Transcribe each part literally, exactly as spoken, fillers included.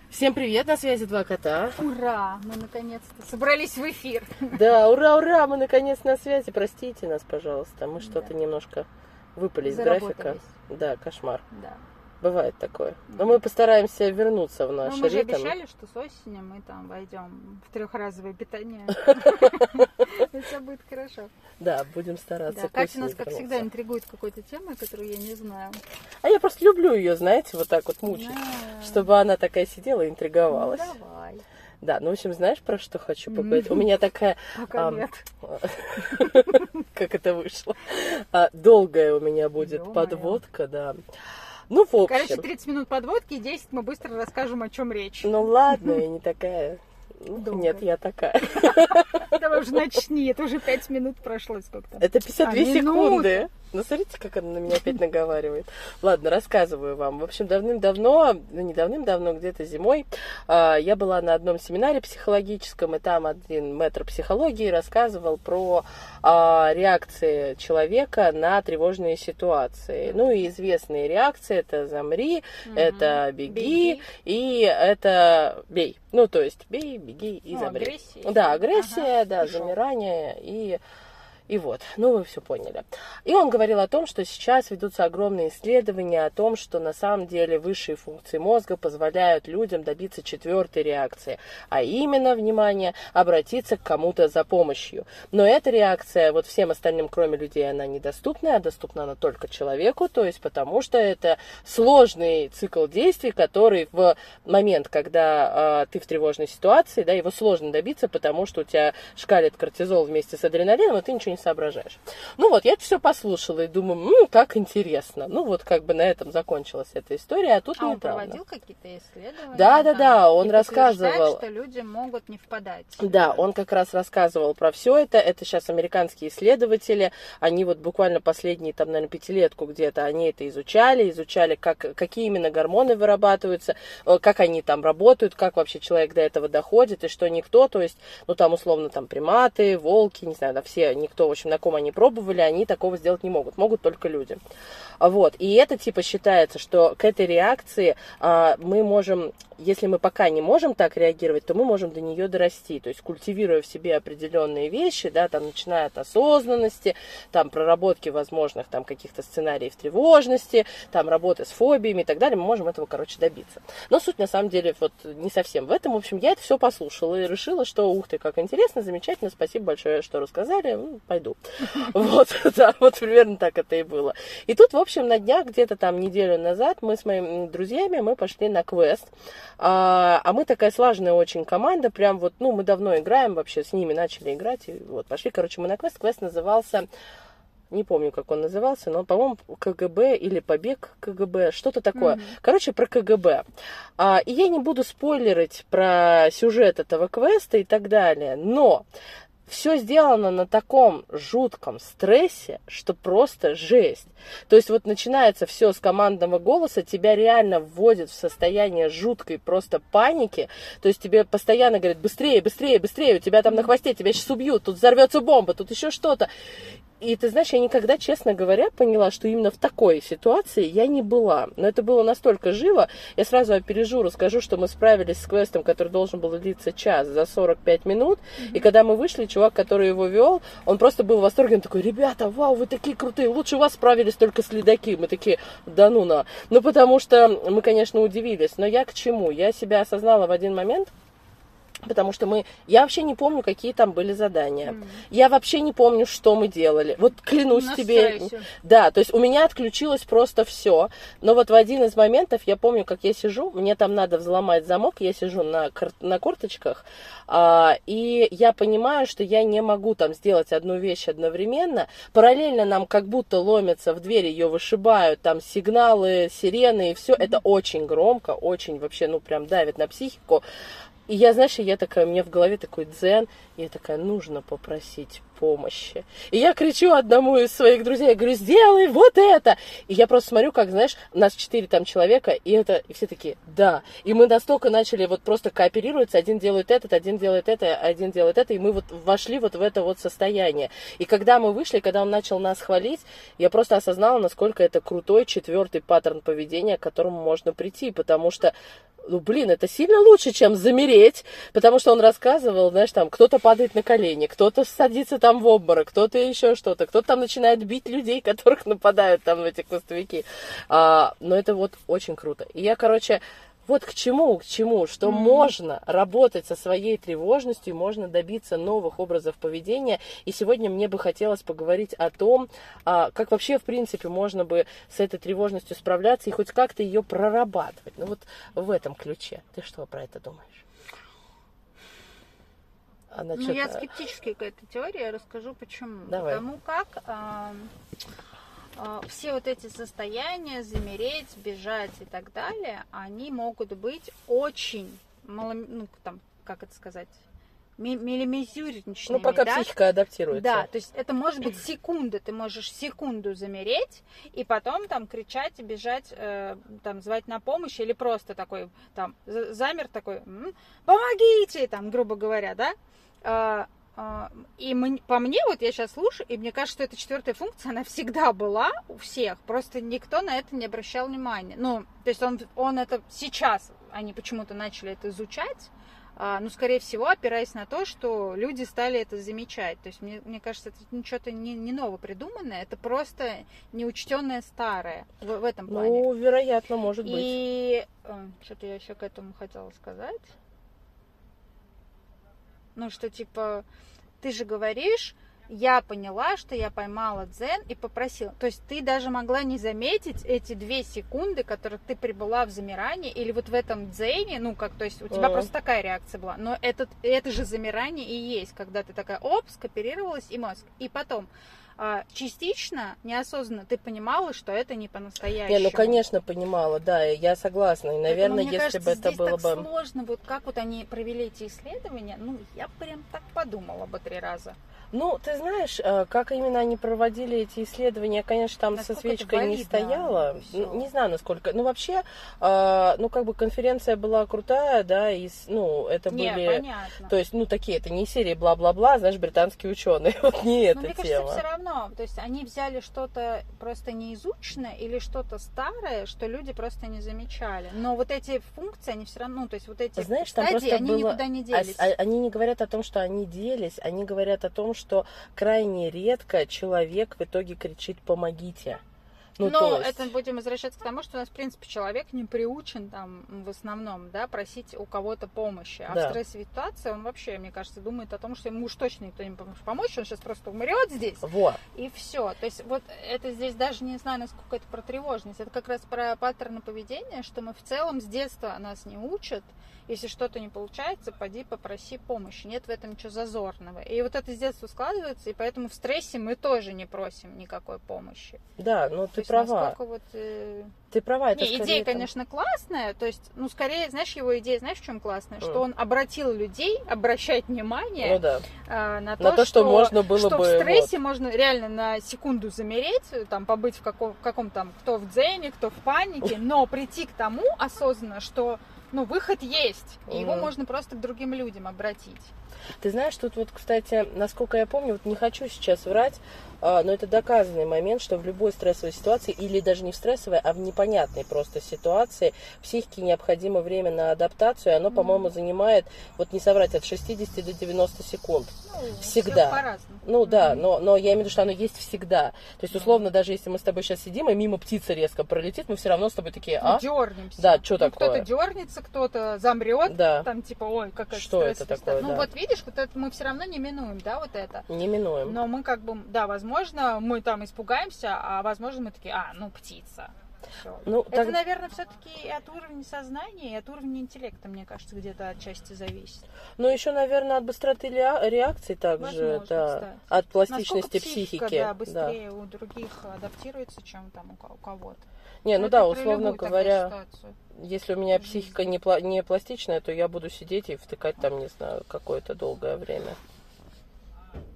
Всем привет, на связи два кота. Ура, мы наконец-то собрались в эфир. Да, ура, ура, мы наконец на связи. Простите нас, пожалуйста, мы что-то да. немножко выпали из графика. Да, кошмар. Да. Бывает такое. Но мы постараемся вернуться в наш ритм. Мы же обещали, что с осени мы там войдем в трехразовое питание. Все будет хорошо. Да, будем стараться. Катя нас, как всегда, интригует какой-то темой, которую я не знаю. А я просто люблю ее, знаете, вот так вот мучить, чтобы она такая сидела и интриговалась. Давай. Да, ну, в общем, знаешь, про что хочу поговорить? У меня такая... Пока нет. Как это вышло? Долгая у меня будет подводка, да. Ну, в общем. Короче, тридцать минут подводки и десять мы быстро расскажем, о чем речь. Ну, ладно, я не такая. Ну, нет, я такая. Давай уже начни, это уже пять минут прошло сколько-то. Это пятьдесят две секунды. Ну, смотрите, как она на меня опять наговаривает. Ладно, рассказываю вам. В общем, давным-давно, ну, не давным-давно, где-то зимой, я была на одном семинаре психологическом, и там один мэтр психологии рассказывал про реакции человека на тревожные ситуации. Ну, и известные реакции — это замри, mm-hmm. это беги, беги, и это бей. Ну, то есть бей, беги и ну, замри. Агрессия. Да, агрессия, ага, да, Пошел. замирание и... И вот, ну вы все поняли. И он говорил о том, что сейчас ведутся огромные исследования о том, что на самом деле высшие функции мозга позволяют людям добиться четвертой реакции, а именно, внимание, обратиться к кому-то за помощью. Но эта реакция вот всем остальным, кроме людей, она недоступна, а доступна она только человеку, то есть потому что это сложный цикл действий, который в момент, когда э, ты в тревожной ситуации, да, его сложно добиться, потому что у тебя шкалит кортизол вместе с адреналином, и ты ничего не соображаешь. Ну вот, я это все послушала и думаю, ну, как интересно. Ну вот, как бы на этом закончилась эта история, а тут а не он правда. проводил какие-то исследования? Да, да, да, он рассказывал. Что люди могут не впадать. Да, он как раз рассказывал про все это. Это сейчас американские исследователи, они вот буквально последние, там, наверное, пятилетку где-то, они это изучали, изучали, как, какие именно гормоны вырабатываются, как они там работают, как вообще человек до этого доходит, и что никто, то есть, ну, там, условно, там, приматы, волки, не знаю, да, все, никто, в общем, на ком они пробовали, они такого сделать не могут, могут только люди. Вот, и это, типа, считается, что к этой реакции а, мы можем, если мы пока не можем так реагировать, то мы можем до нее дорасти, то есть культивируя в себе определенные вещи, да, там, начиная от осознанности, там, проработки возможных, там, каких-то сценариев тревожности, там, работы с фобиями и так далее, мы можем этого, короче, добиться. Но суть, на самом деле, вот, не совсем в этом. В общем, я это все послушала и решила, что, ух ты, как интересно, замечательно, спасибо большое, что рассказали, ну, пойду. Вот, да, вот примерно так это и было. И тут, в общем, на днях, где-то там неделю назад, мы с моими друзьями, мы пошли на квест. А, а мы такая слаженная очень команда, прям вот, ну, мы давно играем вообще, с ними начали играть, и вот, пошли, короче, мы на квест. Квест назывался, не помню, как он назывался, но, по-моему, КГБ или Побег КГБ, что-то такое. Mm-hmm. Короче, про КГБ. А, и я не буду спойлерить про сюжет этого квеста и так далее, но... Все сделано на таком жутком стрессе, что просто жесть. То есть вот начинается все с командного голоса, тебя реально вводит в состояние жуткой просто паники. То есть тебе постоянно говорят: быстрее, быстрее, быстрее, у тебя там на хвосте, тебя сейчас убьют, тут взорвется бомба, тут еще что-то. И ты знаешь, я никогда, честно говоря, поняла, что именно в такой ситуации я не была. Но это было настолько живо. Я сразу опережу, расскажу, что мы справились с квестом, который должен был длиться час, за сорок пять минут. Mm-hmm. И когда мы вышли, чувак, который его вел, он просто был в восторге. Он такой: ребята, вау, вы такие крутые, лучше вас справились только следаки. Мы такие: да ну на. Ну, потому что мы, конечно, удивились. Но я к чему? Я себя осознала в один момент. Потому что мы... Я вообще не помню, какие там были задания. Mm. Я вообще не помню, что мы делали. Вот клянусь На тебе... стрессе. Да, то есть у меня отключилось просто все. Но вот в один из моментов я помню, как я сижу, мне там надо взломать замок, я сижу на, кор... на корточках, а, и я понимаю, что я не могу там сделать одну вещь одновременно. Параллельно нам как будто ломятся в дверь, ее вышибают, там сигналы, сирены и все. Mm. Это очень громко, очень вообще, ну, прям давит на психику. И я, знаешь, я такая, у меня в голове такой дзен, и я такая: нужно попросить помощи. И я кричу одному из своих друзей, я говорю, сделай вот это. И я просто смотрю, как, знаешь, нас четыре там человека, и это, и все такие, да. И мы настолько начали вот просто кооперироваться, один делает этот, один делает это, один делает это, и мы вот вошли вот в это вот состояние. И когда мы вышли, когда он начал нас хвалить, я просто осознала, насколько это крутой четвертый паттерн поведения, к которому можно прийти, потому что, ну, блин, это сильно лучше, чем замереть, потому что он рассказывал, знаешь, там, кто-то падает на колени, кто-то садится там в обморок, кто-то еще что-то, кто-то там начинает бить людей, которых нападают там в эти кустовики. А, но это вот очень круто. И я, короче, вот к чему, к чему, что mm-hmm. можно работать со своей тревожностью, можно добиться новых образов поведения. И сегодня мне бы хотелось поговорить о том, а, как вообще, в принципе, можно бы с этой тревожностью справляться и хоть как-то ее прорабатывать. Ну вот в этом ключе. Ты что про это думаешь? Она ну, я скептически к этой теории, я расскажу почему. Давай. Потому как... А... все вот эти состояния, замереть, бежать и так далее, они могут быть очень, мало, ну, там, как это сказать, милимизюричными. Ну, пока да? психика адаптируется. Да, то есть это может быть секунда, ты можешь секунду замереть, и потом там кричать и бежать, э, там, звать на помощь, или просто такой, там, замер такой, помогите, там, грубо говоря, да, и мы, по мне, вот я сейчас слушаю, и мне кажется, что эта четвертая функция, она всегда была у всех, просто никто на это не обращал внимания. Ну, то есть он, он это сейчас, они почему-то начали это изучать, а, ну, скорее всего, опираясь на то, что люди стали это замечать. То есть мне, мне кажется, это что-то не, не новопридуманное, это просто неучтенное старое в, в этом плане. Ну, вероятно, может быть. И что-то я еще к этому хотела сказать. Ну, что типа, ты же говоришь, я поняла, что я поймала дзен и попросила. То есть ты даже могла не заметить эти две секунды, которых ты прибыла в замирании, или вот в этом дзене, ну, как, то есть у тебя mm. просто такая реакция была. Но этот, это же замирание и есть, когда ты такая, оп, скооперировалась, и мозг. И потом... частично, неосознанно ты понимала, что это не по-настоящему. Не, ну, конечно, понимала, да, я согласна. И, наверное, Поэтому, если кажется, бы это было так бы... сложно, вот как вот они провели эти исследования, ну, я прям так подумала бы три раза. Ну, ты знаешь, как именно они проводили эти исследования, конечно, там насколько со свечкой не стояла. Не знаю, насколько. Ну, вообще, ну, как бы конференция была крутая, да, и, ну, это не, были... понятно. То есть, ну, такие, это не серии бла-бла-бла, знаешь, британские ученые. Вот не эта мне тема. Мне кажется, все равно. То есть, они взяли что-то просто неизученное или что-то старое, что люди просто не замечали. Но вот эти функции, они все равно, ну, то есть, вот эти знаешь, стадии, они было... никуда не делись. А, они не говорят о том, что они делись, они говорят о том, что крайне редко человек в итоге кричит «помогите». Ну, Но есть... это будем возвращаться к тому, что у нас, в принципе, человек не приучен там в основном, да, просить у кого-то помощи. А да. в стрессовой ситуации он вообще, мне кажется, думает о том, что ему уж точно никто не поможет помочь, он сейчас просто умрет здесь. Вот. И все. То есть вот это здесь даже не знаю, насколько это про тревожность. Это как раз про паттерны поведения, что мы в целом с детства нас не учат. Если что-то не получается, поди попроси помощи. Нет в этом ничего зазорного. И вот это с детства складывается, и поэтому в стрессе мы тоже не просим никакой помощи. Да, ну ты то права. Вот, э... Ты права. Это не, идея, там... конечно, классная. То есть, ну, скорее, знаешь, его идея, знаешь, в чем классная? Mm. Что он обратил людей обращать внимание ну, да. э, на, на то, то, что, что можно было что бы... в стрессе вот. можно реально на секунду замереть, там, побыть в каком, в каком там, кто в дзене, кто в панике, но прийти к тому осознанно, что ну, выход есть, и mm. его можно просто к другим людям обратить. Ты знаешь, тут вот, кстати, насколько я помню, вот не хочу сейчас врать, но это доказанный момент, что в любой стрессовой ситуации, или даже не в стрессовой, а в непонятной просто ситуации, психике необходимо время на адаптацию, и оно, mm-hmm. по-моему, занимает, вот не соврать, от шестидесяти до девяноста секунд. Ну, всегда. По-разному. Ну mm-hmm. да, но, но я имею в виду, что оно есть всегда. То есть, условно, mm-hmm. даже если мы с тобой сейчас сидим, и мимо птица резко пролетит, мы все равно с тобой такие, а? Дернемся. Да, что ну, такое? Кто-то дернется, кто-то замрет, да. там типа, ой, какая что это такое, Ну да. вот видишь, вот это мы все равно не минуем, да, вот это. Не минуем. Но мы как бы, да, возможно, мы там испугаемся, а возможно мы такие, а, ну птица. Ну, это, так... наверное, все-таки и от уровня сознания, и от уровня интеллекта, мне кажется, где-то отчасти зависит. Ну, еще, наверное, от быстроты реакции также, возможно, да, кстати. От пластичности психика, психики. Да, быстрее да. у других адаптируется, чем там у кого-то. Не, ну это да, условно говоря, если у меня психика не, пла- не пластичная, то я буду сидеть и втыкать там, не знаю, какое-то долгое время.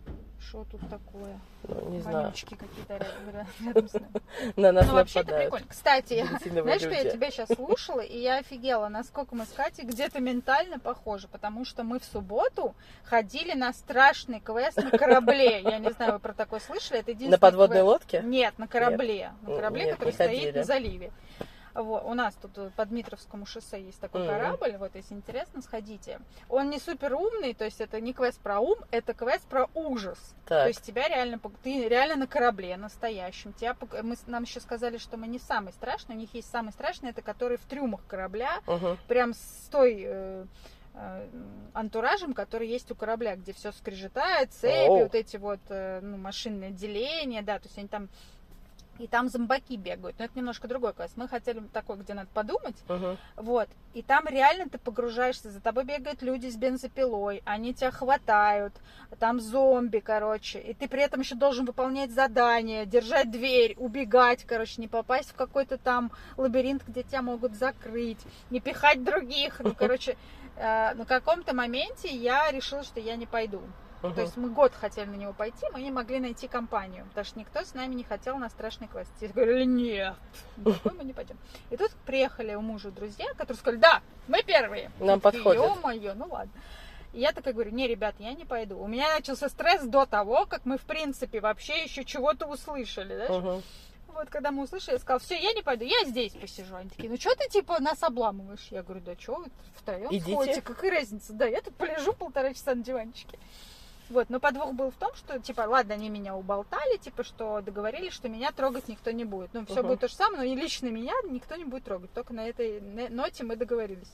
Что тут такое? Ну, не знаю. Вонючки какие-то рядом, рядом с нами. На нас Ну, вообще это нападают. прикольно. Кстати, Апельсиновые знаешь, что я люди. тебя сейчас слушала, и я офигела, насколько мы с Катей где-то ментально похожи, потому что мы в субботу ходили на страшный квест на корабле. Я не знаю, вы про такое слышали? Это единственный На подводной квест. лодке? Нет, на корабле. На корабле, Нет, который не стоит ходили. на заливе. Вот, у нас тут по Дмитровскому шоссе есть такой Мгм. корабль, вот если интересно, сходите. Он не супер умный, то есть это не квест про ум, это квест про ужас. Так. То есть тебя реально, пог- ты реально на корабле настоящем. Тебя, пог- мы, с- нам еще сказали, что мы не самый страшный, у них есть самый страшный, это который в трюмах корабля, Мгм. прям с той э, э, антуражем, который есть у корабля, где все скрежетает, цепи, Оу. вот эти вот э, ну, машинные отделения, да, то есть они там. И там зомбаки бегают. Но это немножко другой класс. Мы хотели такой, где надо подумать. Мгм. Вот. И там реально ты погружаешься. За тобой бегают люди с бензопилой. Они тебя хватают. Там зомби, короче. И ты при этом еще должен выполнять задания. Держать дверь. Убегать, короче. Не попасть в какой-то там лабиринт, где тебя могут закрыть. Не пихать других. Ну, короче, э, на каком-то моменте я решила, что я не пойду. Мгм. То есть мы год хотели на него пойти, мы не могли найти компанию, потому что никто с нами не хотел на страшный квест. Все говорили, нет, на такой мы не пойдем. И тут приехали у мужа друзья, которые сказали, да, мы первые. Нам Мы такие, подходит. Ё-моё, ну ладно. И я такая говорю, не, ребят, я не пойду. У меня начался стресс до того, как мы, в принципе, вообще еще чего-то услышали, знаешь? Мгм. Вот когда мы услышали, я сказала, все, я не пойду, я здесь посижу. Они такие, ну что ты типа нас обламываешь? Я говорю, да что вы втроем Идите. ходите, какая разница? Да, я тут полежу полтора часа на диванчике. Вот, но подвох был в том, что, типа, ладно, они меня уболтали, типа, что договорились, что меня трогать никто не будет. Ну, все Мгм. будет то же самое, но и лично меня никто не будет трогать. Только на этой не- ноте мы договорились.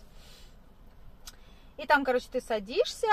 И там, короче, ты садишься,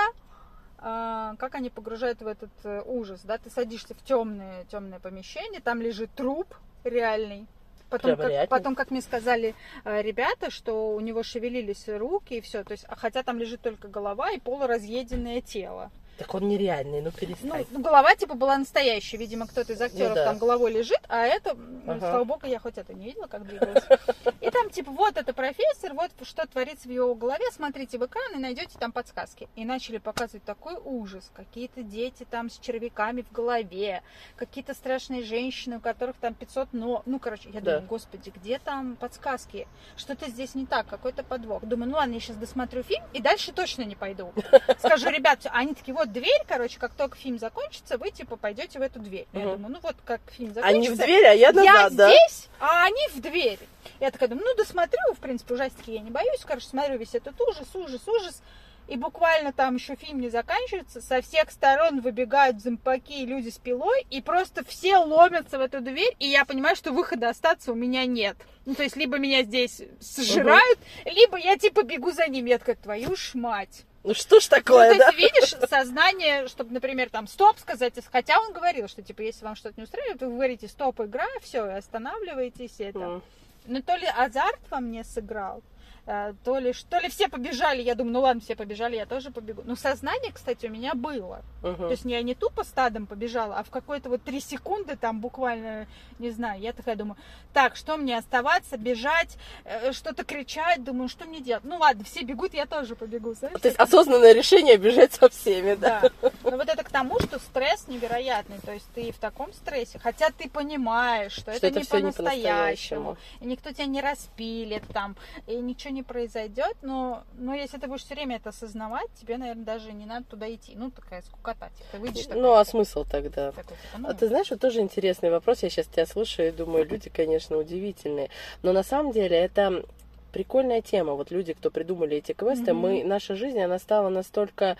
а, как они погружают в этот э, ужас, да, ты садишься в темное, темное помещение, там лежит труп реальный. Потом Прям как, реальный? потом, как мне сказали э, ребята, что у него шевелились руки и все, то есть, а хотя там лежит только голова и полуразъеденное тело. Так он нереальный, ну Ну, перестань. ну, голова типа была настоящая, видимо, кто-то из актеров Ну да. там головой лежит, а это, ну, Ага. слава богу, я хоть это не видела, как двигалась. И там типа вот это профессор, вот что творится в его голове, смотрите в экран и найдете там подсказки. И начали показывать такой ужас, какие-то дети там с червяками в голове, какие-то страшные женщины, у которых там пятьсот но, ну короче, я Да. думаю, господи, где там подсказки? Что-то здесь не так, какой-то подвох. Думаю, ну ладно, я сейчас досмотрю фильм и дальше точно не пойду. Скажу, ребят, всё. Они такие, вот дверь, короче, как только фильм закончится, вы типа пойдете в эту дверь. Я Мгм. думаю, ну вот как фильм Они закончится. в дверь, а я назад, я да? здесь, а они в дверь. Я такая думаю, ну досмотрю, в принципе, ужастики я не боюсь. Короче, смотрю весь этот ужас, ужас, ужас. И буквально там еще фильм не заканчивается, со всех сторон выбегают зомбаки и люди с пилой, и просто все ломятся в эту дверь, и я понимаю, что выхода остаться у меня нет. Ну, то есть, либо меня здесь сожирают, либо я типа бегу за ним. Я такая, твою ж мать. Ну что ж Ну, такое, то да? есть, видишь, сознание, чтобы, например, там, стоп сказать, хотя он говорил, что, типа, если вам что-то не устраивает, вы говорите, стоп, игра, все, и останавливаетесь, и это. М. Ну, то ли азарт во мне сыграл, э, то ли, то ли все побежали, я думаю, ну ладно, все побежали, я тоже побегу. Но сознание, кстати, у меня было. Мгм. То есть я не тупо стадом побежала, а в какой-то вот три секунды там буквально, не знаю, я такая думаю, так, что мне оставаться, бежать, э, что-то кричать, думаю, что мне делать? Ну ладно, все бегут, я тоже побегу, знаешь? То есть осознанное решение бежать со всеми, да? Да. Но вот это к тому, что стресс невероятный. То есть ты в таком стрессе, хотя ты понимаешь, что, Что это, это не всё не по-настоящему, по-настоящему. и никто тебя не распилит там, и ничего не произойдет. Но, но если ты будешь все время это осознавать, тебе, наверное, даже не надо туда идти. Ну, такая скукота. Типа, ты выйдешь такая, Ну, а смысл тогда? такой, типа, ну, А ты знаешь, вот тоже интересный вопрос. Я сейчас тебя слушаю и думаю, люди, конечно, удивительные. Но на самом деле это прикольная тема. Вот люди, кто придумали эти квесты, Мгм. мы, наша жизнь, она стала настолько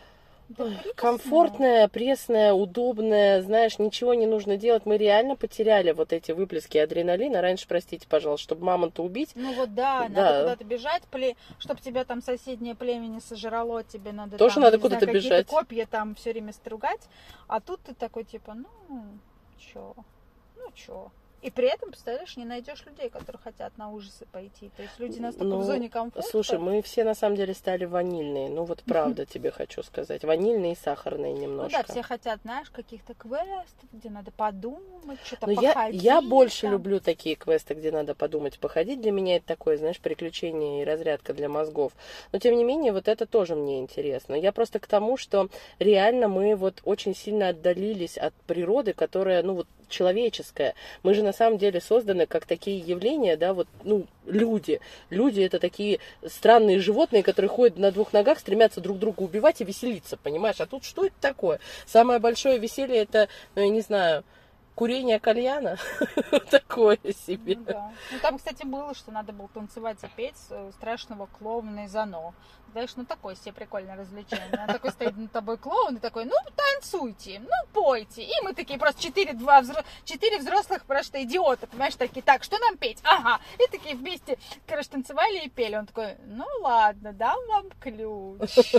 да ой, пресная. комфортная, пресная, удобная, знаешь, ничего не нужно делать. Мы реально потеряли вот эти выплески адреналина. Раньше, простите, пожалуйста, чтобы мамонта убить. Ну вот да, Да. надо куда-то бежать, чтобы тебя там соседнее племя не сожрало, тебе надо Тоже там, надо не куда-то знаю, какие-то бежать. копья там все время стругать, а тут ты такой типа, ну, чё, ну чё. И при этом, представляешь, не найдешь людей, которые хотят на ужасы пойти. То есть люди настолько Ну, в зоне комфорта. слушай, мы все на самом деле стали ванильные. Ну вот правда тебе хочу сказать. Ванильные и сахарные Ну немножко. да, все хотят, знаешь, каких-то квестов, где надо подумать, что-то Но я, походить. я больше там. люблю такие квесты, где надо подумать, походить. Для меня это такое, знаешь, приключение и разрядка для мозгов. Но тем не менее, вот это тоже мне интересно. Я просто к тому, что реально мы вот очень сильно отдалились от природы, которая, ну вот, человеческая. Мы же на самом деле созданы как такие явления, да, вот, ну, люди. Люди это такие странные животные, которые ходят на двух ногах, стремятся друг друга убивать и веселиться, понимаешь? А тут что это такое? Самое большое веселье это, ну, я не знаю, курение кальяна. Такое себе. Ну, да. Ну там, кстати, было, что надо было танцевать и петь э, страшного клоуна из Оно. Знаешь, ну такое себе прикольное развлечение. Он такой стоит над тобой клоун и такой, ну танцуйте, ну пойте. И мы такие просто четыре, два, взро... четыре взрослых просто идиота, понимаешь, такие, так, что нам петь? Ага. И такие вместе, короче, танцевали и пели. Он такой, ну ладно, дам вам ключ.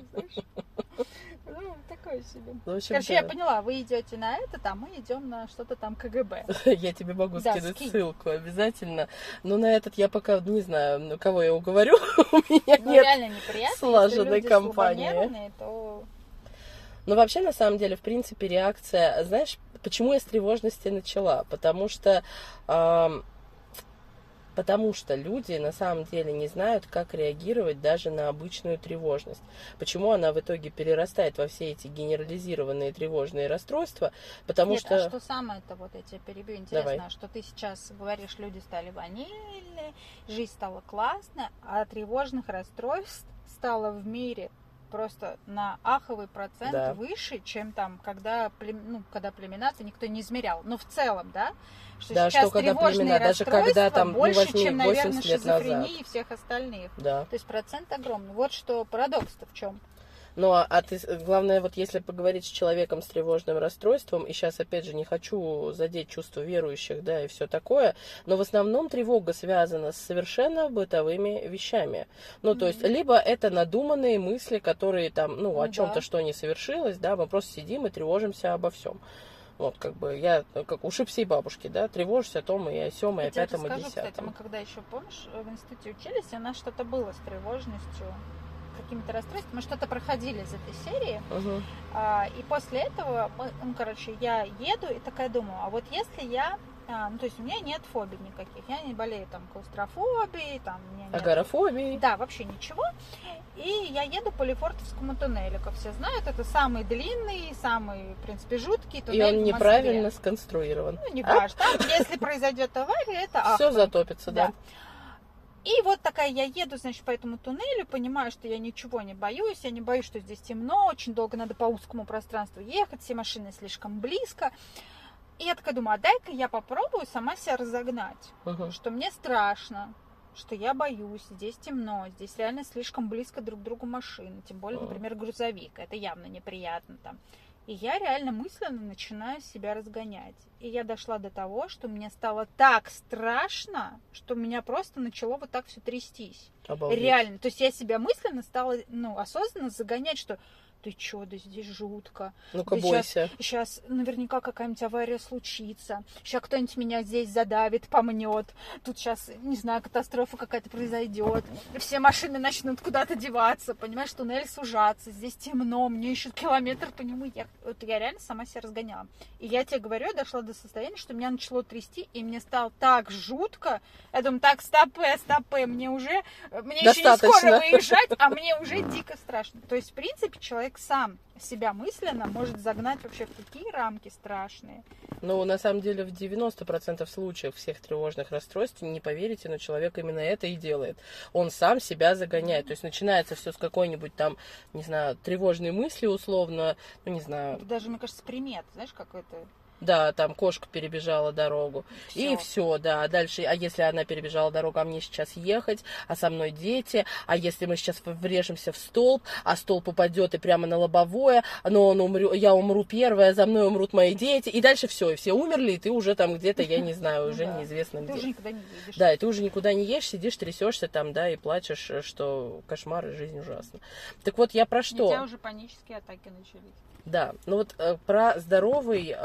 Ну, такое себе. Ну, в общем, Короче, да. я поняла, вы идете на это, а мы идем на что-то там КГБ. Я тебе могу Да, скинуть скинь. ссылку обязательно. Но на этот я пока не знаю, ну, кого я уговорю. У меня Ну, нет реально неприятно. слаженной Если люди компании. слабонервные, то... Но вообще, на самом деле, в принципе, реакция... Знаешь, почему я с тревожности начала? Потому что... эм, Потому что люди на самом деле не знают, как реагировать даже на обычную тревожность. Почему она в итоге перерастает во все эти генерализированные тревожные расстройства? Потому Нет, что... а что самое-то, вот я тебя перебью, интересно, Давай. что ты сейчас говоришь, люди стали ванильные, жизнь стала классная, а тревожных расстройств стало в мире просто на аховый процент Да. выше, чем там, когда, плем- ну, когда племена-то никто не измерял. Но в целом, да? Что Да, сейчас что когда тревожные племена, даже расстройства когда там, ну, больше, возьми, чем, наверное, восемьдесят лет назад. шизофрении и всех остальных. Да. То есть процент огромный. Вот что парадокс-то в чем. Ну, а, а ты, главное, вот если поговорить с человеком с тревожным расстройством, и сейчас, опять же, не хочу задеть чувство верующих, да, и все такое, но в основном тревога связана с совершенно бытовыми вещами. Ну, то есть, либо это надуманные мысли, которые там, ну, о Ну, чем-то, да. что не совершилось, да, мы просто сидим и тревожимся обо всем. Вот, как бы, я, как ушиб всей бабушки, да, тревожусь о том, и о сём, и о Я тебе пятом, и расскажу, кстати, десятом. мы когда еще, помнишь, в институте учились, и у нас что-то было с тревожностью, какими-то расстройствами, мы что-то проходили из этой серии, Угу. а, и после этого, мы, ну, короче, я еду и такая думаю, а вот если я, а, ну, то есть у меня нет фобий никаких, я не болею там клаустрофобией, там, у меня нет... Агорафобии. Да, вообще ничего. И я еду по Лефортовскому туннелю, как все знают, это самый длинный, самый, в принципе, жуткий туннель И он в Москве. неправильно сконструирован. Ну, не важно. Там, если произойдет авария, это Все ахтунг. затопится, да. И вот такая я еду, значит, по этому туннелю, понимаю, что я ничего не боюсь, я не боюсь, что здесь темно, очень долго надо по узкому пространству ехать, все машины слишком близко. И я такая думаю, а дай-ка я попробую сама себя разогнать, Угу. что мне страшно, что я боюсь, здесь темно, здесь реально слишком близко друг к другу машины, тем более, например, грузовик, это явно неприятно там. И я реально мысленно начинаю себя разгонять. И я дошла до того, что мне стало так страшно, что меня просто начало вот так все трястись. Обалдеть. Реально. То есть я себя мысленно стала, ну, осознанно загонять, что ты чё, да здесь жутко. Ну-ка, Да бойся. Сейчас наверняка какая-нибудь авария случится. Сейчас кто-нибудь меня здесь задавит, помнет. Тут сейчас, не знаю, катастрофа какая-то произойдет. Все машины начнут куда-то деваться. Понимаешь, туннель сужаться. Здесь темно. Мне еще километр по нему ехать. Вот я реально сама себя разгоняла. И я тебе говорю, я дошла до состояния, что меня начало трясти. И мне стало так жутко. Я думаю, так, стопэ, стопэ. Мне уже, мне еще не Достаточно. скоро выезжать, а мне уже дико страшно. То есть, в принципе, человек сам себя мысленно может загнать вообще в такие рамки страшные. Ну, на самом деле, в девяносто процентов случаев всех тревожных расстройств, не поверите, но человек именно это и делает. Он сам себя загоняет. То есть начинается все с какой-нибудь там, не знаю, тревожной мысли условно, ну, не знаю. Это даже, мне кажется, примет, знаешь, какой-то... Да, там кошка перебежала дорогу. Всё. И все, да. А дальше, а если она перебежала дорогу, а мне сейчас ехать, а со мной дети, а если мы сейчас врежемся в столб, а столб упадет и прямо на лобовое, но он умру, я умру первая, за мной умрут мои дети, и дальше все, и все умерли, и ты уже там где-то, я не знаю, уже Да. неизвестно Ты где. уже никуда не едешь. Да, и ты уже никуда не едешь, сидишь, трясешься там, да, и плачешь, что кошмар и жизнь ужасна. Так вот, я про У что? тебя уже панические атаки начались. Да, ну вот э, про здоровый э,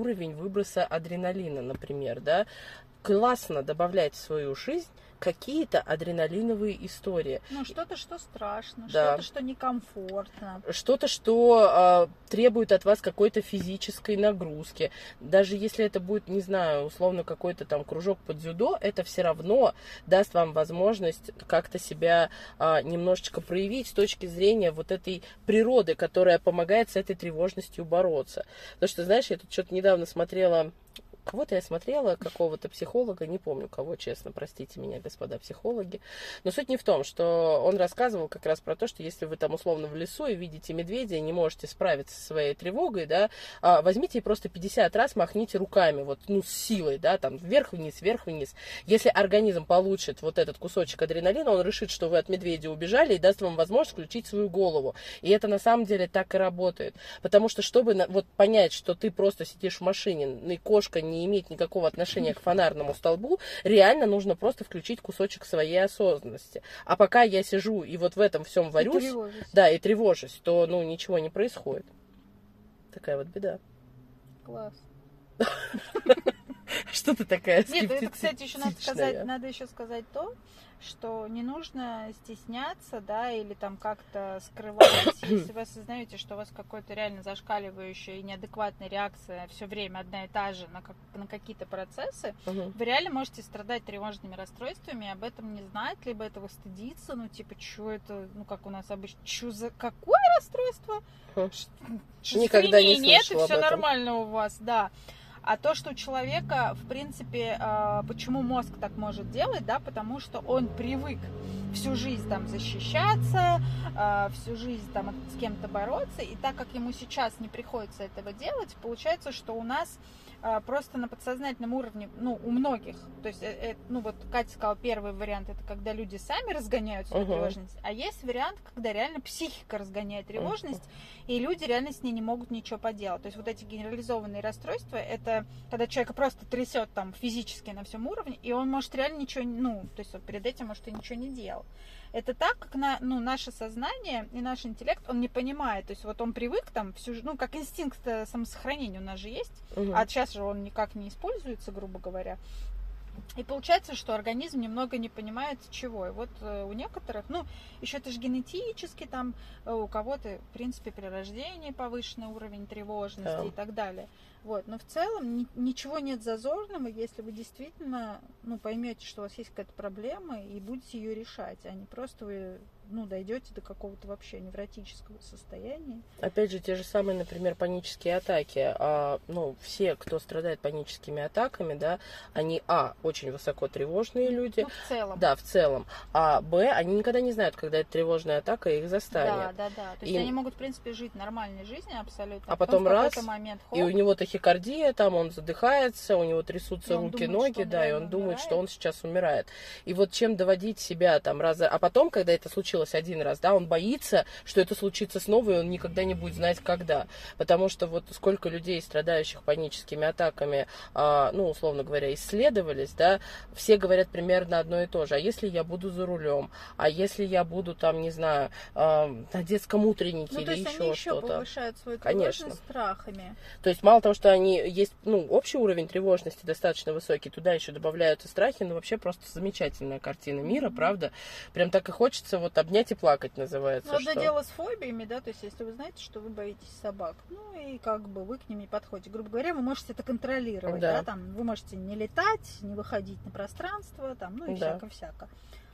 уровень выброса адреналина, например, да, классно добавлять в свою жизнь какие-то адреналиновые истории. Ну, что-то, что страшно, да. что-то, что некомфортно. Что-то, что э, требует от вас какой-то физической нагрузки. Даже если это будет, не знаю, условно какой-то там кружок по дзюдо, это все равно даст вам возможность как-то себя э, немножечко проявить с точки зрения вот этой природы, которая помогает с этой тревожностью бороться. Потому что, знаешь, я тут что-то недавно смотрела... Кого-то я смотрела, какого-то психолога, не помню кого, честно, простите меня, господа психологи. Но суть не в том, что он рассказывал как раз про то, что если вы там условно в лесу и видите медведя и не можете справиться со своей тревогой, да, возьмите и просто пятьдесят раз махните руками, вот, ну, с силой, да, там, вверх-вниз, вверх-вниз. Если организм получит вот этот кусочек адреналина, он решит, что вы от медведя убежали и даст вам возможность включить свою голову. И это на самом деле так и работает. Потому что, чтобы вот понять, что ты просто сидишь в машине, и кошка не не имеет никакого отношения к фонарному столбу, реально нужно просто включить кусочек своей осознанности. А пока я сижу и вот в этом всем варюсь, и да, и тревожусь, то, ну, ничего не происходит. Такая вот беда. Класс. Что ты такая скептичная? Нет, это, кстати, еще надо сказать, надо еще сказать то, что не нужно стесняться, да, или там как-то скрывать, если вы осознаете, что у вас какая-то реально зашкаливающая и неадекватная реакция все время одна и та же на, как, на какие-то процессы, uh-huh. вы реально можете страдать тревожными расстройствами, об этом не знать, либо этого стыдиться, ну, типа, что это, ну, как у нас обычно, что за, какое расстройство? Uh-huh. Никогда не нет, слышала и все об этом. Нормально у вас, да. А то, что у человека, в принципе, почему мозг так может делать, да, потому что он привык всю жизнь там защищаться, всю жизнь там с кем-то бороться, и так как ему сейчас не приходится этого делать, получается, что у нас просто на подсознательном уровне, ну, у многих, то есть, э, ну, вот Катя сказала, первый вариант, это когда люди сами разгоняют свою uh-huh. тревожность, а есть вариант, когда реально психика разгоняет тревожность, uh-huh. и люди реально с ней не могут ничего поделать. То есть, вот эти генерализованные расстройства, это когда человека просто трясет там физически на всем уровне, и он может реально ничего, ну, то есть, вот перед этим, может, и ничего не делал. Это так, как на, ну, наше сознание и наш интеллект, он не понимает. То есть вот он привык там всю жизнь, ну, как инстинкт самосохранения у нас же есть, угу. а сейчас же он никак не используется, грубо говоря. И получается, что организм немного не понимает чего. И вот э, у некоторых, ну, еще это же генетически, там, э, у кого-то, в принципе, при рождении повышенный уровень тревожности yeah. и так далее. Вот. Но в целом ни, ничего нет зазорного, если вы действительно, ну, поймете, что у вас есть какая-то проблема, и будете ее решать, а не просто вы, ну, дойдете до какого-то вообще невротического состояния. Опять же, те же самые, например, панические атаки. А, ну, все, кто страдает паническими атаками, да, они, а, очень высоко тревожные люди. Ну, в целом. Да, в целом. А, б, они никогда не знают, когда это тревожная атака их застанет. Да, да, да. То есть и... они могут, в принципе, жить нормальной жизнью абсолютно. А потом, потом раз, момент, хоп, и у него тахикардия, там он задыхается, у него трясутся руки, думает, ноги, да, и он умирает. думает, что он сейчас умирает. И вот чем доводить себя там раз... А потом, когда это случилось один раз, да, он боится, что это случится снова, и он никогда не будет знать, когда. Потому что вот сколько людей, страдающих паническими атаками, а, ну, условно говоря, исследовались, да, все говорят примерно одно и то же. А если я буду за рулем? А если я буду там, не знаю, а, на детском утреннике, ну, или еще что-то? То есть они еще повышают свою тревожность страхами. То есть мало того, что они есть, ну, общий уровень тревожности достаточно высокий, туда еще добавляются страхи, ну, вообще просто замечательная картина мира, mm-hmm. правда? Прям так и хочется вот обнять и плакать, называется. Ну, одно что... дело с фобиями, да, то есть если вы знаете, что вы боитесь собак, ну, и как бы вы к ним не подходите. Грубо говоря, вы можете это контролировать, да, да там, вы можете не летать, не выходить на пространство, там, ну, и да. всяко-всяко.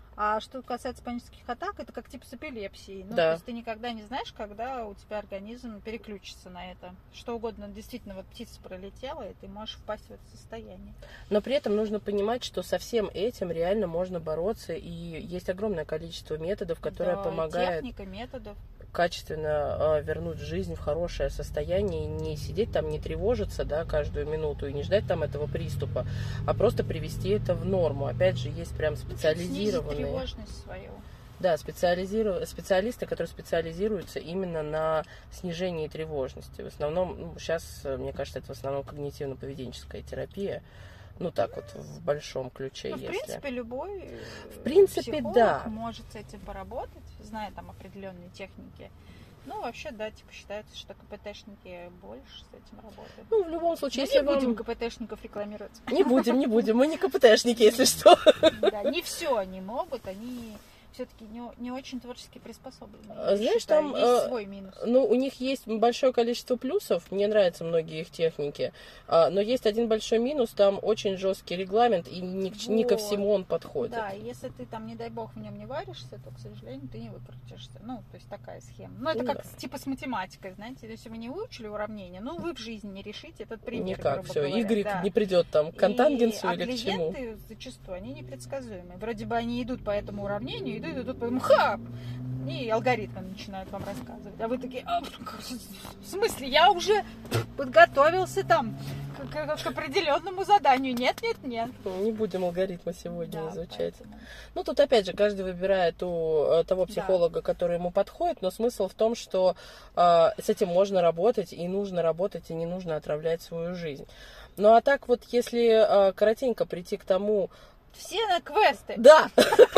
А что касается панических атак, это как типа с эпилепсией. Ну, да. то есть ты никогда не знаешь, когда у тебя организм переключится на это. Что угодно, действительно, вот птица пролетела, и ты можешь впасть в это состояние. Но при этом нужно понимать, что со всем этим реально можно бороться, и есть огромное количество методов, которые да, помогают... техника, методов. Качественно э, вернуть жизнь в хорошее состояние, и не сидеть там, не тревожиться, да, каждую минуту, и не ждать там этого приступа, а просто привести это в норму. Опять же, есть прям специализированные... тревожность свою. Да, специализиру... специалисты, которые специализируются именно на снижении тревожности. В основном, ну, сейчас, мне кажется, это в основном когнитивно-поведенческая терапия. Ну, так вот, в большом ключе, ну, в если... В принципе, любой в принципе, психолог да. может с этим поработать, зная там определенные техники. Ну, вообще, да, типа считается, что КПТшники больше с этим работают. Ну, в любом случае, Но если не вам... будем КПТшников рекламировать. Не будем, не будем, мы не КПТшники, если что. Да, не все они могут, они все-таки не, не очень творчески приспособлены. Знаешь, считаю, там есть э, свой минус. Ну, у них есть большое количество плюсов, мне нравятся многие их техники, а, но есть один большой минус, там очень жесткий регламент, и не, вот. не ко всему он подходит. Да, если ты там, не дай бог, в нем не варишься, то, к сожалению, ты не выкрутишься. Ну, то есть такая схема. Ну, это ну, как да. типа с математикой, знаете, если вы не выучили уравнение, ну, вы в жизни не решите этот пример. Никак, все, говоря, Y да. не придет там к контангенсу и, или а к чему. клиенты зачастую, они непредсказуемые. Вроде бы они идут по этому уравнению, идут, идут по этому, ха! И алгоритмы начинают вам рассказывать. А вы такие, а, в смысле, я уже подготовился там к, к, к определенному заданию. Нет, нет, нет. Не будем алгоритмы сегодня Да, изучать. поэтому... Ну, тут опять же, каждый выбирает у того психолога, да. который ему подходит, но смысл в том, что э, с этим можно работать, и нужно работать, и не нужно отравлять свою жизнь. Ну, а так вот, если э, коротенько прийти к тому... Все на квесты. Да!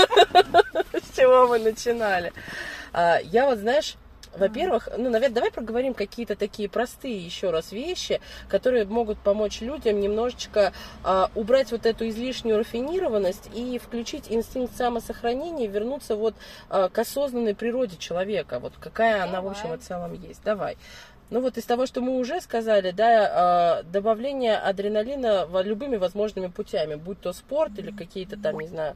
С чего мы начинали. Я вот, знаешь, во-первых, ну, наверное, давай проговорим какие-то такие простые еще раз вещи, которые могут помочь людям немножечко убрать вот эту излишнюю рафинированность и включить инстинкт самосохранения, вернуться вот к осознанной природе человека, вот какая она, в общем и целом есть. Давай. Ну вот из того, что мы уже сказали, да, добавление адреналина любыми возможными путями, будь то спорт или какие-то там, не знаю,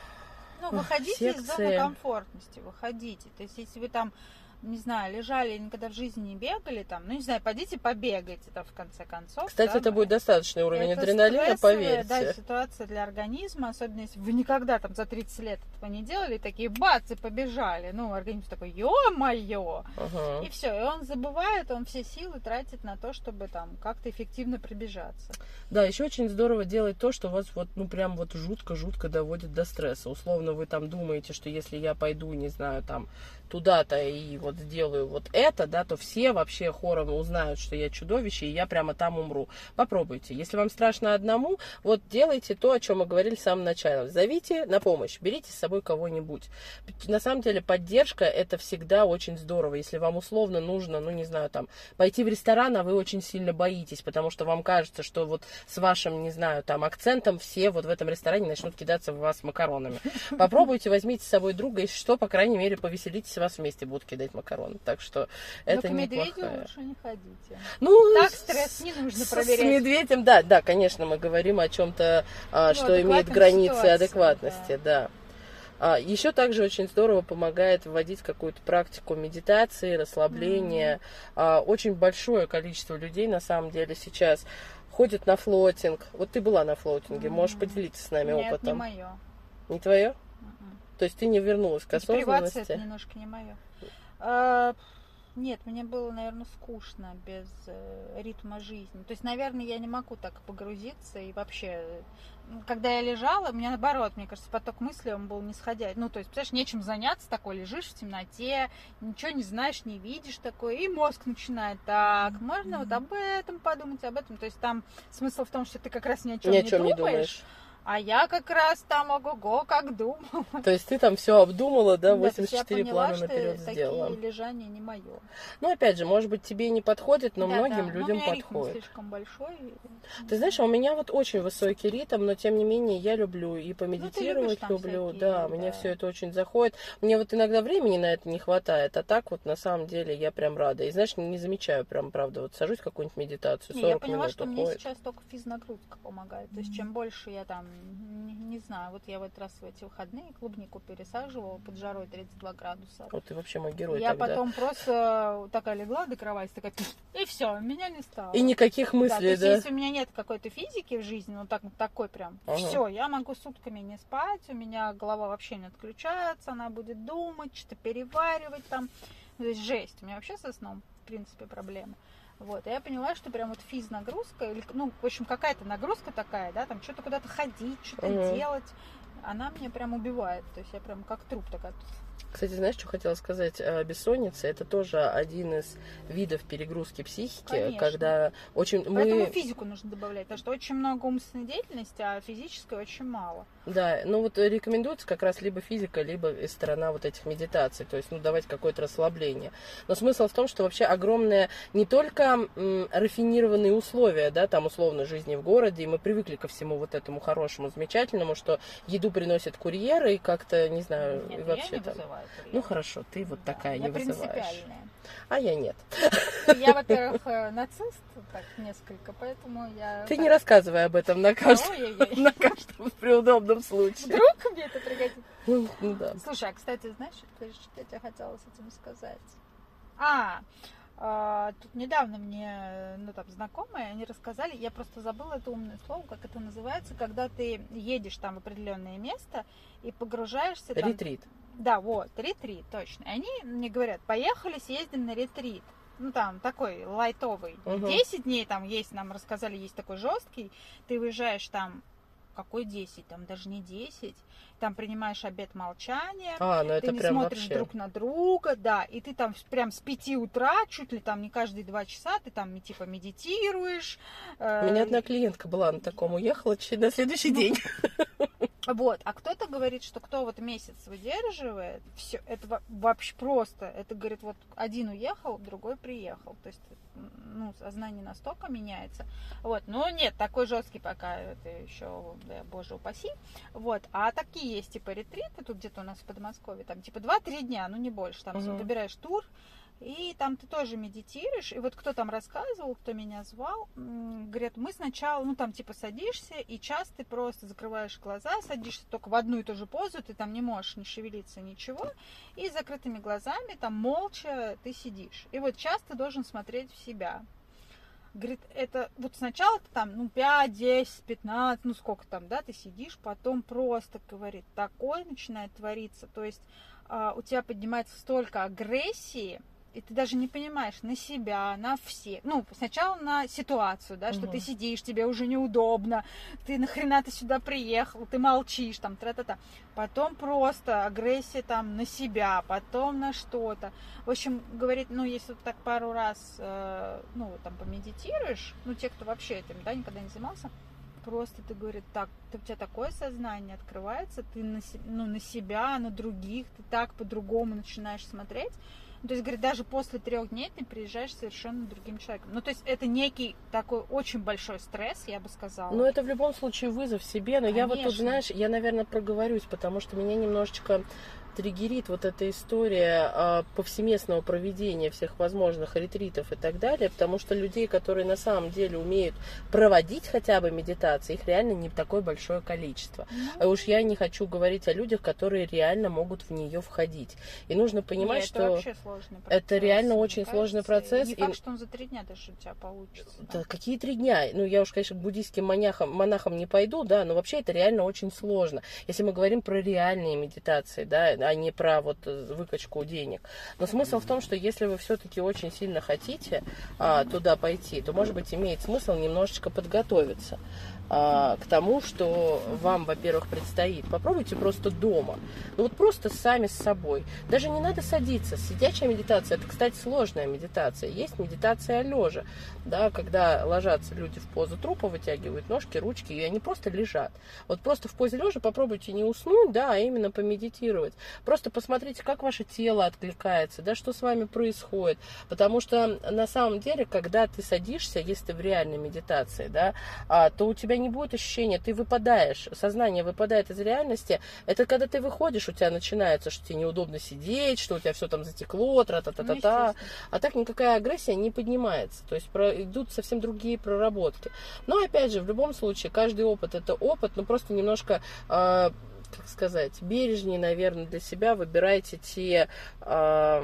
ну, выходите секции. Из зоны комфортности, выходите. То есть, если вы там, не знаю, лежали и никогда в жизни не бегали, там, ну, не знаю, пойдите побегайте, там, в конце концов. Кстати, да, это будет достаточный уровень это адреналина, поверьте. Да, ситуация для организма, особенно если вы никогда там за тридцать лет этого не делали, такие бац, и побежали. Ну, организм такой, ё-моё! Ага. И все, и он забывает, он все силы тратит на то, чтобы там как-то эффективно пробежаться. Да, еще очень здорово делать то, что вас вот, ну, прям вот жутко-жутко доводит до стресса. Условно, вы там думаете, что если я пойду, не знаю, там, туда-то и вот сделаю вот это, да, то все вообще хором узнают, что я чудовище, и я прямо там умру. Попробуйте. Если вам страшно одному, вот делайте то, о чем мы говорили в самом начале. Зовите на помощь, берите с собой кого-нибудь. На самом деле поддержка — это всегда очень здорово. Если вам условно нужно, ну, не знаю, там, пойти в ресторан, а вы очень сильно боитесь, потому что вам кажется, что вот с вашим, не знаю, там, акцентом все вот в этом ресторане начнут кидаться в вас макаронами. Попробуйте, возьмите с собой друга, и что, по крайней мере, повеселитесь, вас вместе будут кидать макароны. Так что это неплохая. Но к медведю неплохая. лучше не ходите. Ну, так стресс не нужно с, проверять. С медведем, да, да, конечно, мы говорим о чем-то, а, ну, что имеет границы ситуации, адекватности, да. да. А, еще также очень здорово помогает вводить какую-то практику медитации, расслабления. Mm-hmm. А, очень большое количество людей, на самом деле, сейчас ходят на флотинг. Вот ты была на флотинге, mm-hmm. можешь поделиться с нами Нет, опытом. не мое. Не твое? Mm-mm. То есть ты не вернулась к осознанности? Депривация — это немножко не мое. А, нет, мне было, наверное, скучно без э, ритма жизни. То есть, наверное, я не могу так погрузиться. И вообще, когда я лежала, у меня наоборот, мне кажется, поток мыслей, он был нисходящий. Ну, то есть, представляешь, нечем заняться такой, лежишь в темноте, ничего не знаешь, не видишь такой, и мозг начинает, так, можно mm-hmm. вот об этом подумать, об этом. То есть, там смысл в том, что ты как раз ни о чем, ни не, о чем думаешь, не думаешь. А я как раз там, ого-го, как думала. То есть ты там все обдумала, да, восемьдесят четыре да, плана наперед сделала. Такие лежания не мое. Ну, опять же, может быть, тебе не подходит, но да, многим да. людям но у меня подходит. Ритм слишком большой. Ты знаешь, а у меня вот очень высокий ритм, но тем не менее я люблю и помедитировать, ну, люблю, всякие, да, да, мне все это очень заходит. Мне вот иногда времени на это не хватает, а так вот на самом деле я прям рада. И знаешь, не замечаю прям, правда, вот сажусь в какую-нибудь медитацию, сорок не, я поняла, минут что уходит. мне сейчас только физнагрузка помогает. То есть чем больше я там, не, не знаю, вот я в этот раз в эти выходные клубнику пересаживала под жарой тридцать два градуса. Вот ты вообще мой герой Я тогда. потом просто такая легла до кровати, такая, и все, меня не стало. И никаких мыслей, да? То да? есть, если у меня нет какой-то физики в жизни, ну так, такой прям, ага. все, я могу сутками не спать, у меня голова вообще не отключается, она будет думать, что-то переваривать там. То есть жесть. У меня вообще со сном, в принципе, проблемы. Вот, и я поняла, что прям вот физнагрузка, или, ну, в общем, какая-то нагрузка такая, да, там что-то куда-то ходить, что-то угу. делать, она меня прям убивает. То есть я прям как труп такая. Кстати, знаешь, что хотела сказать? Бессонница — это тоже один из видов перегрузки психики, конечно. Когда очень... Поэтому мы... физику нужно добавлять, потому что очень много умственной деятельности, а физической очень мало. Да, ну вот рекомендуется как раз либо физика, либо из сторона вот этих медитаций, то есть, ну, давать какое-то расслабление. Но смысл в том, что вообще огромное не только м, рафинированные условия, да, там условно жизни в городе, и мы привыкли ко всему вот этому хорошему, замечательному, что еду приносят курьеры, и как-то, не знаю, Нет, и я вообще не там... вызываю курьеров. Ну, хорошо, ты вот Да, такая я не вызываешь. принципиальная. А я нет. Я, во-первых, нацист, так, несколько, поэтому я... Ты так... не рассказывай об этом на каждом, Ой-ой-ой. на каждом при удобном случае. Вдруг мне это пригодится? Ну, да. Слушай, а, кстати, знаешь, что я тебе хотела с этим сказать? А, а, тут недавно мне, ну, там, знакомые, они рассказали, я просто забыла это умное слово, как это называется, когда ты едешь там в определенное место и погружаешься там... Ретрит. Да, вот, ретрит, точно. И они мне говорят, поехали, съездим на ретрит. Ну, там, такой лайтовый. Угу. десять дней там есть, нам рассказали, есть такой жесткий. Ты выезжаешь там, какой десять? Там даже не десять. Там принимаешь обет молчания. А, ну это ты не прям смотришь вообще. друг на друга, да. И ты там прям с пяти утра, чуть ли там не каждые два часа, ты там типа медитируешь. У меня одна клиентка была на таком, уехала на следующий день. Вот, а кто-то говорит, что кто вот месяц выдерживает, все, это вообще просто, это, говорит, вот один уехал, другой приехал, то есть, ну, сознание настолько меняется, вот, но нет, такой жесткий пока, это еще, да, боже упаси, вот, а такие есть, типа, ретриты, тут где-то у нас в Подмосковье, там, типа, два-три дня, ну, не больше, там, Угу. выбираешь тур, и там ты тоже медитируешь. И вот кто там рассказывал, кто меня звал, говорят, мы сначала, ну там типа садишься, и час ты просто закрываешь глаза, садишься только в одну и ту же позу, ты там не можешь не шевелиться, ничего. И с закрытыми глазами там молча ты сидишь. И вот час ты должен смотреть в себя. Говорит, это вот сначала ты там, ну, пять, десять, пятнадцать, ну, сколько там, да, ты сидишь, потом просто, говорит, такое начинает твориться. То есть а, у тебя поднимается столько агрессии, и ты даже не понимаешь на себя, на все. Ну, сначала на ситуацию, да, что угу. ты сидишь, тебе уже неудобно, ты нахрена ты сюда приехал, ты молчишь, там, тра-та-та. Потом просто агрессия там на себя, потом на что-то. В общем, говорит, ну, если вот так пару раз, э, ну, там, помедитируешь, ну, те, кто вообще этим, да, никогда не занимался, просто ты, говорит, так, у тебя такое сознание открывается, ты на, ну, на себя, на других, ты так по-другому начинаешь смотреть. Ну, то есть, говорит, даже после трех дней ты приезжаешь совершенно другим человеком. Ну, то есть, это некий такой очень большой стресс, я бы сказала. Ну, это в любом случае вызов себе. Но Конечно. Я вот тут, знаешь, я, наверное, проговорюсь, потому что меня немножечко триггерит вот эта история а, повсеместного проведения всех возможных ретритов и так далее, потому что людей, которые на самом деле умеют проводить хотя бы медитации, их реально не такое большое количество. Mm-hmm. А уж я не хочу говорить о людях, которые реально могут в нее входить. И нужно понимать, Нет, что это вообще сложный процесс. Это реально очень кажется, сложный процесс. Не факт, и... что он за три дня даже у тебя получится. Да, да, какие три дня? Ну, я уж, конечно, к буддийским монахам, монахам не пойду, да, но вообще это реально очень сложно. Если мы говорим про реальные медитации, да, а не про вот выкачку денег. Но смысл в том, что если вы все-таки очень сильно хотите а, туда пойти, то, может быть, имеет смысл немножечко подготовиться а, к тому, что вам, во-первых, предстоит. Попробуйте просто дома. Ну вот просто сами с собой. Даже не надо садиться. Сидячая медитация, это, кстати, сложная медитация. Есть медитация лежа, да, когда ложатся люди в позу трупа, вытягивают ножки, ручки, и они просто лежат. Вот просто в позе лежа попробуйте не уснуть, да, а именно помедитировать. Просто посмотрите, как ваше тело откликается, да, что с вами происходит. Потому что на самом деле, когда ты садишься, если ты в реальной медитации, да, то у тебя не будет ощущения, ты выпадаешь, сознание выпадает из реальности. Это когда ты выходишь, у тебя начинается, что тебе неудобно сидеть, что у тебя все там затекло, тра-та-та-та-та. А так никакая агрессия не поднимается. То есть про, идут совсем другие проработки. Но опять же, в любом случае, каждый опыт это опыт, но просто немножко... Э, как сказать, бережнее, наверное, для себя выбирайте те э,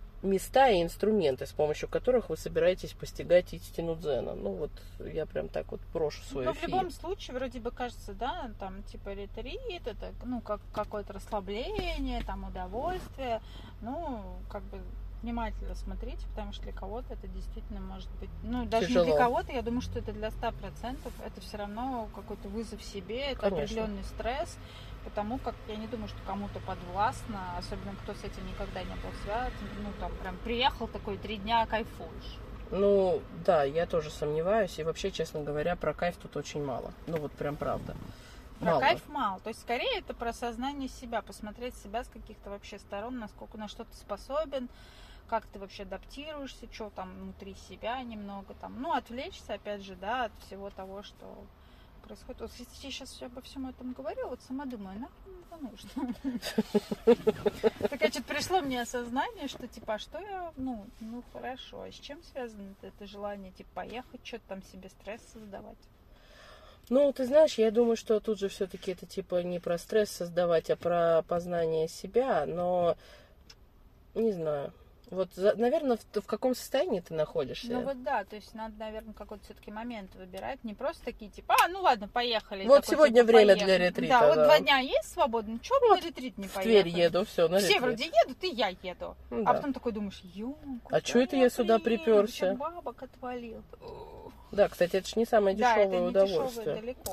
места и инструменты, с помощью которых вы собираетесь постигать истину дзена. Ну вот, я прям так вот брошу свой Но эфир. в любом случае, вроде бы кажется, да, там, типа, ретрит, это, ну, как какое-то расслабление, там, удовольствие, ну, как бы, внимательно смотрите, потому что для кого-то это действительно может быть, ну, даже Тяжело. Не для кого-то, я думаю, что это для ста процентов, это все равно какой-то вызов себе, это Конечно. Определенный стресс, потому как я не думаю, что кому-то подвластно, особенно кто с этим никогда не был связан, ну, там, прям приехал такой, три дня кайфуешь. Ну, да, я тоже сомневаюсь, и вообще, честно говоря, про кайф тут очень мало, ну, вот прям правда. Про мало. кайф мало. То есть, скорее, это про осознание себя, посмотреть себя с каких-то вообще сторон, насколько на что ты способен, как ты вообще адаптируешься, что там внутри себя немного там. Ну, отвлечься, опять же, да, от всего того, что происходит. Вот если я сейчас обо всем этом говорю, вот сама думаю, нахрен это нужно. Такая что-то пришло мне осознание, что типа, а что я, ну, ну хорошо, а с чем связано это желание, типа, поехать, что-то там себе стресс создавать? Ну, ты знаешь, я думаю, что тут же все-таки это типа не про стресс создавать, а про познание себя, но не знаю. Вот, наверное, в, в каком состоянии ты находишься? Ну вот да, то есть надо, наверное, какой-то все-таки момент выбирать, не просто такие, типа, а, ну ладно, поехали. Вот такой, сегодня типа, время поехали. для ретрита. Да, да, вот два дня есть свободно, чего вот на ретрит не в поехали? Тверь еду, все, на Все ретрит. вроде едут, и я еду. Ну, а да. потом такой думаешь, ё, А чё это я сюда приперся? Бабок отвалил. Да, кстати, это же не самое Да, дешевое это не удовольствие. дешевое далеко.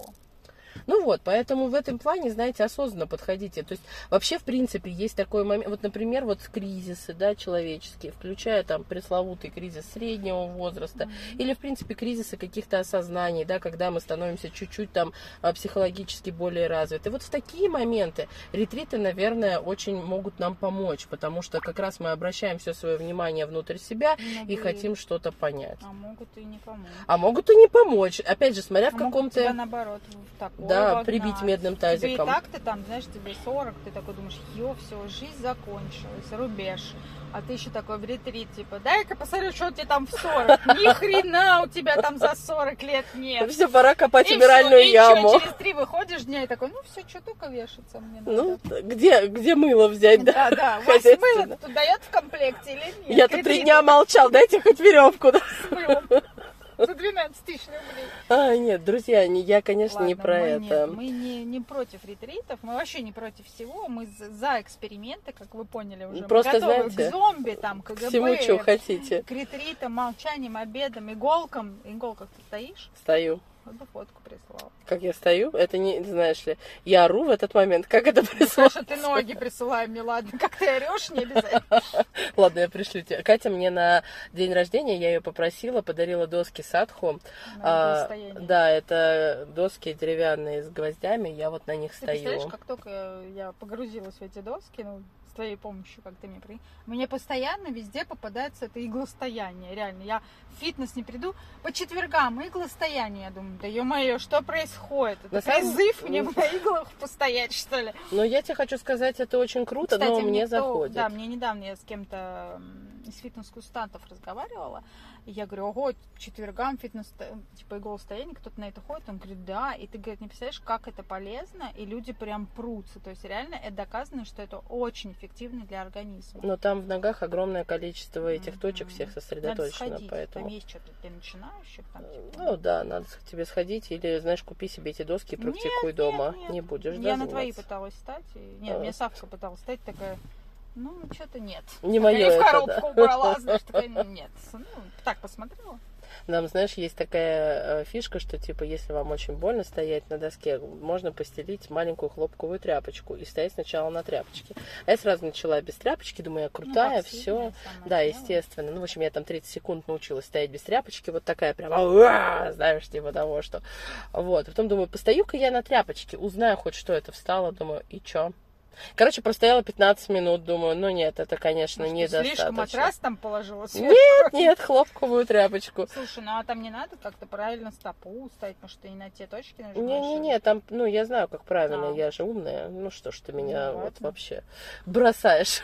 Ну вот, поэтому в этом плане, знаете, осознанно подходите. То есть вообще, в принципе, есть такой момент, вот, например, вот кризисы, да, человеческие, включая там пресловутый кризис среднего возраста, mm-hmm. или, в принципе, кризисы каких-то осознаний, да, когда мы становимся чуть-чуть там психологически более развиты. Вот в такие моменты ретриты, наверное, очень могут нам помочь, потому что как раз мы обращаем все свое внимание внутрь себя ну, и хотим что-то понять. А могут и не помочь. А могут и не помочь. Опять же, смотря а в каком-то... Могут тебя, наоборот, в такое Да, вогнать. прибить медным тазиком. Тебе и так ты там, знаешь, тебе сорок, ты такой думаешь, ё, все, жизнь закончилась, рубеж. А ты еще такой в ретрит, типа, дай-ка посмотрю, что у тебя там в сорок. Ни хрена у тебя там за сорок лет нет. Все, пора копать и умиральную всё, яму. И что, через три выходишь дня и такой, ну все, что только вешаться мне надо. Ну, где, где мыло взять, да? Да, да, у вас мыло тут дает в комплекте или нет? Я тут три дня молчал, дайте хоть веревку. Да? С мылом. За двенадцать тысяч рублей. А, нет, друзья, не, я, конечно, Ладно, не про мы это. Нет, мы не, не против ретритов, мы вообще не против всего, мы за, за эксперименты, как вы поняли уже. Просто, мы готовы знаете, к зомби, там, к КГБ, всему, что хотите. К ретритам, молчаниям, обедам, иголкам. Иголках ты стоишь? Стою. Вот бы фотку прислал. Как я стою, это не, знаешь ли, я ору в этот момент, как это прислал. Хорошо, ты ноги присылай мне, ладно, как ты орешь, не обязательно. Ладно, я пришлю тебе. Катя мне на день рождения, я ее попросила, подарила доски садху. А, да, это доски деревянные с гвоздями, я вот на них ты стою. Представляешь, как только я погрузилась в эти доски, ну, с твоей помощью, как ты мне при... Мне постоянно везде попадается это иглостояние, реально. Я в фитнес не приду, по четвергам иглостояние, я думаю, да ё-моё, что происходит? Это призыв мне на иглах постоять, что ли? Но я тебе хочу сказать, это очень круто, Кстати, но мне, мне заходит. Да, мне недавно я с кем-то из фитнес-консультантов разговаривала, и я говорю, ого, четвергам фитнес, типа иглостояние, кто-то на это ходит? Он говорит, да, и ты, говорит, не представляешь, как это полезно, и люди прям прутся, то есть реально это доказано, что это очень эффективно для организма. Но там в ногах огромное количество этих Mm-hmm. точек всех сосредоточено, надо сходить. поэтому... Там есть что-то для начинающих? Там, типа... Ну да, надо тебе сходить, или, знаешь, купи себе эти доски и практикуй нет, дома. Нет, нет. Не будешь, я да, на заниматься? твои пыталась стать, и... нет, а. мне Савка пыталась стать, такая... Ну, что-то нет. Не мое это, это, в коробку да. убрала, знаешь, такая, ну, нет. Ну, так посмотрела. Нам, знаешь, есть такая э, фишка, что, типа, если вам очень больно стоять на доске, можно постелить маленькую хлопковую тряпочку и стоять сначала на тряпочке. А я сразу начала без тряпочки, думаю, я крутая, ну, все. Да, естественно. Ну, в общем, я там тридцать секунд научилась стоять без тряпочки, вот такая прям, знаешь, типа того, что... Вот. Потом думаю, постою-ка я на тряпочке, узнаю хоть, что это встало, думаю, и чё? Короче, простояла пятнадцать минут, думаю, ну нет, это, конечно, Может, недостаточно. Слишком матрас там положила сверху? Нет, нет, хлопковую тряпочку. Слушай, ну а там не надо как-то правильно стопу ставить, потому что ты не на те точки нажимаешь? Не-не-не, там, ну, я знаю, как правильно, а. я же умная. Ну что ж ты меня ну, вот ладно. вообще бросаешь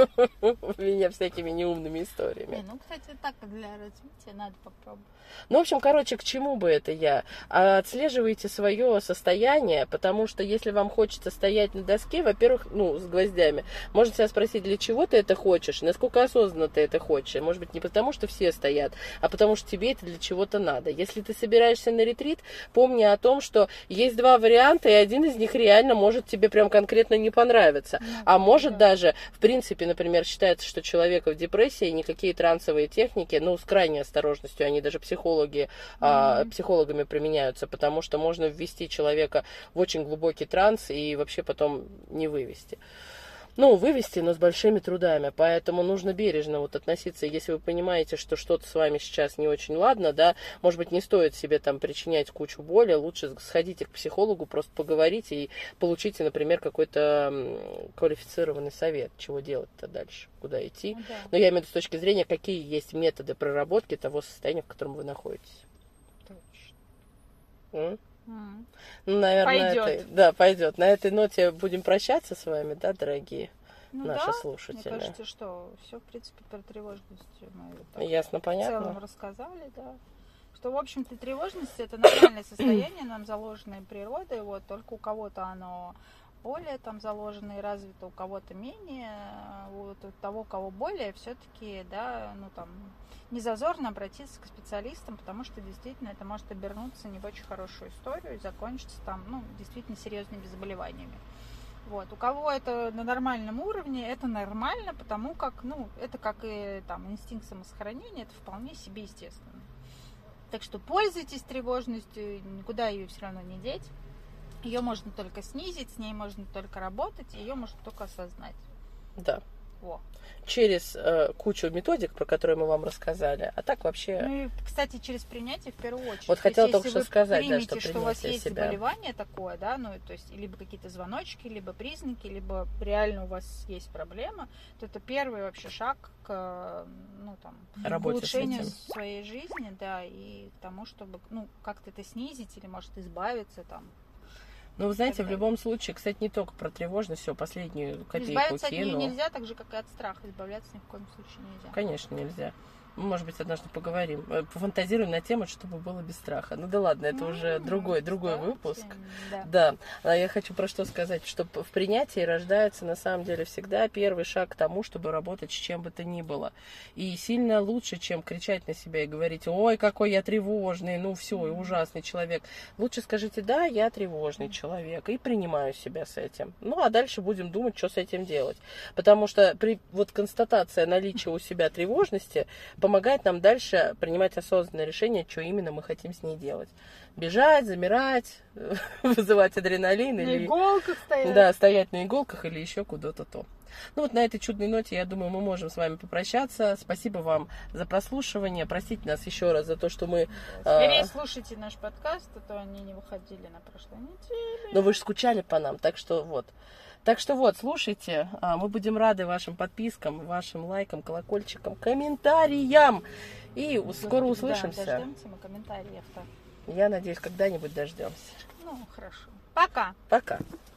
меня всякими неумными историями. Не, ну, кстати, так для развития надо попробовать. Ну, в общем, короче, к чему бы это я? Отслеживайте свое состояние, потому что если вам хочется стоять на доске, во-первых, ну, с гвоздями, можно себя спросить, для чего ты это хочешь, насколько осознанно ты это хочешь. Может быть, не потому, что все стоят, а потому что тебе это для чего-то надо. Если ты собираешься на ретрит, помни о том, что есть два варианта, и один из них реально может тебе прям конкретно не понравиться. Ну, а может да. даже, в принципе, например, считается, что человека в депрессии никакие трансовые техники, ну, с крайней осторожностью, они даже психологи, mm-hmm. а, психологами применяются, потому что можно ввести человека в очень глубокий транс и вообще потом не вывести. ну, вывести, но с большими трудами. Поэтому нужно бережно вот относиться. Если вы понимаете, что что-то с вами сейчас не очень ладно, да, может быть, не стоит себе там причинять кучу боли, лучше сходите к психологу, просто поговорите и получите, например, какой-то квалифицированный совет, чего делать-то дальше, куда идти. Ну, да. Но я имею в виду с точки зрения, какие есть методы проработки того состояния, в котором вы находитесь. Точно. М? М. Ну, наверное, Пойдет. это, да, пойдет. На этой ноте будем прощаться с вами, да, дорогие Ну наши да, слушатели. мне кажется, что все, в принципе, про тревожность мы так Ясно, в целом понятно. рассказали, да. Что, в общем-то, тревожность это нормальное состояние, нам заложенное природой, вот, только у кого-то оно более там заложено и развито, у кого-то менее, вот, у того, кого более, все-таки, да, ну там, не зазорно обратиться к специалистам, потому что действительно это может обернуться не в очень хорошую историю и закончиться там, ну, действительно серьезными заболеваниями. Вот. У кого это на нормальном уровне, это нормально, потому как, ну, это как и там инстинкт самосохранения, это вполне себе естественно. Так что пользуйтесь тревожностью, никуда ее все равно не деть. Ее можно только снизить, с ней можно только работать, ее можно только осознать. Да. Во. Через э, кучу методик, про которые мы вам рассказали, а так вообще... Ну и, кстати, через принятие в первую очередь. Вот То хотела есть, только если что сказать, да, примете, что что у вас принятие есть себя. заболевание такое, да, ну, то есть, либо какие-то звоночки, либо признаки, либо реально у вас есть проблема, то это первый вообще шаг к, ну, там, Работе с улучшению этим. своей жизни, да, и к тому, чтобы, ну, как-то это снизить или, может, избавиться, там. Ну, вы знаете, в Тогда- любом случае, кстати, не только про тревожность, все, последнюю копейку Избавиться от нее кину. нельзя, так же, как и от страха. Избавляться ни в коем случае нельзя. Конечно, нельзя. Мы, может быть, однажды поговорим, э, пофантазируем на тему, чтобы было без страха. Ну да ладно, это Ну, уже другой, другой кстати, выпуск. Да. Да, а я хочу про что сказать, что п- в принятии рождается на самом деле всегда первый шаг к тому, чтобы работать с чем бы то ни было. И сильно лучше, чем кричать на себя и говорить: ой, какой я тревожный, ну все, и ужасный человек. Лучше скажите: да, я тревожный человек, и принимаю себя с этим. Ну, а дальше будем думать, что с этим делать. Потому что при, вот констатация наличия у себя тревожности помогает нам дальше принимать осознанное решение, что именно мы хотим с ней делать. Бежать, замирать, вызывать адреналин На или... иголках стоять. Да, стоять на иголках или еще куда-то то. Ну вот на этой чудной ноте, я думаю, мы можем с вами попрощаться. Спасибо вам за прослушивание. Простите нас еще раз за то, что мы... Скорее а, слушайте наш подкаст, а то они не выходили на прошлой неделе. Но вы же скучали по нам, так что вот. Так что вот, слушайте, а, мы будем рады вашим подпискам, вашим лайкам, колокольчикам, комментариям. И у- скоро услышимся. Да, дождемся мы комментариев-то. Я надеюсь, когда-нибудь дождемся. Ну, хорошо. Пока. Пока.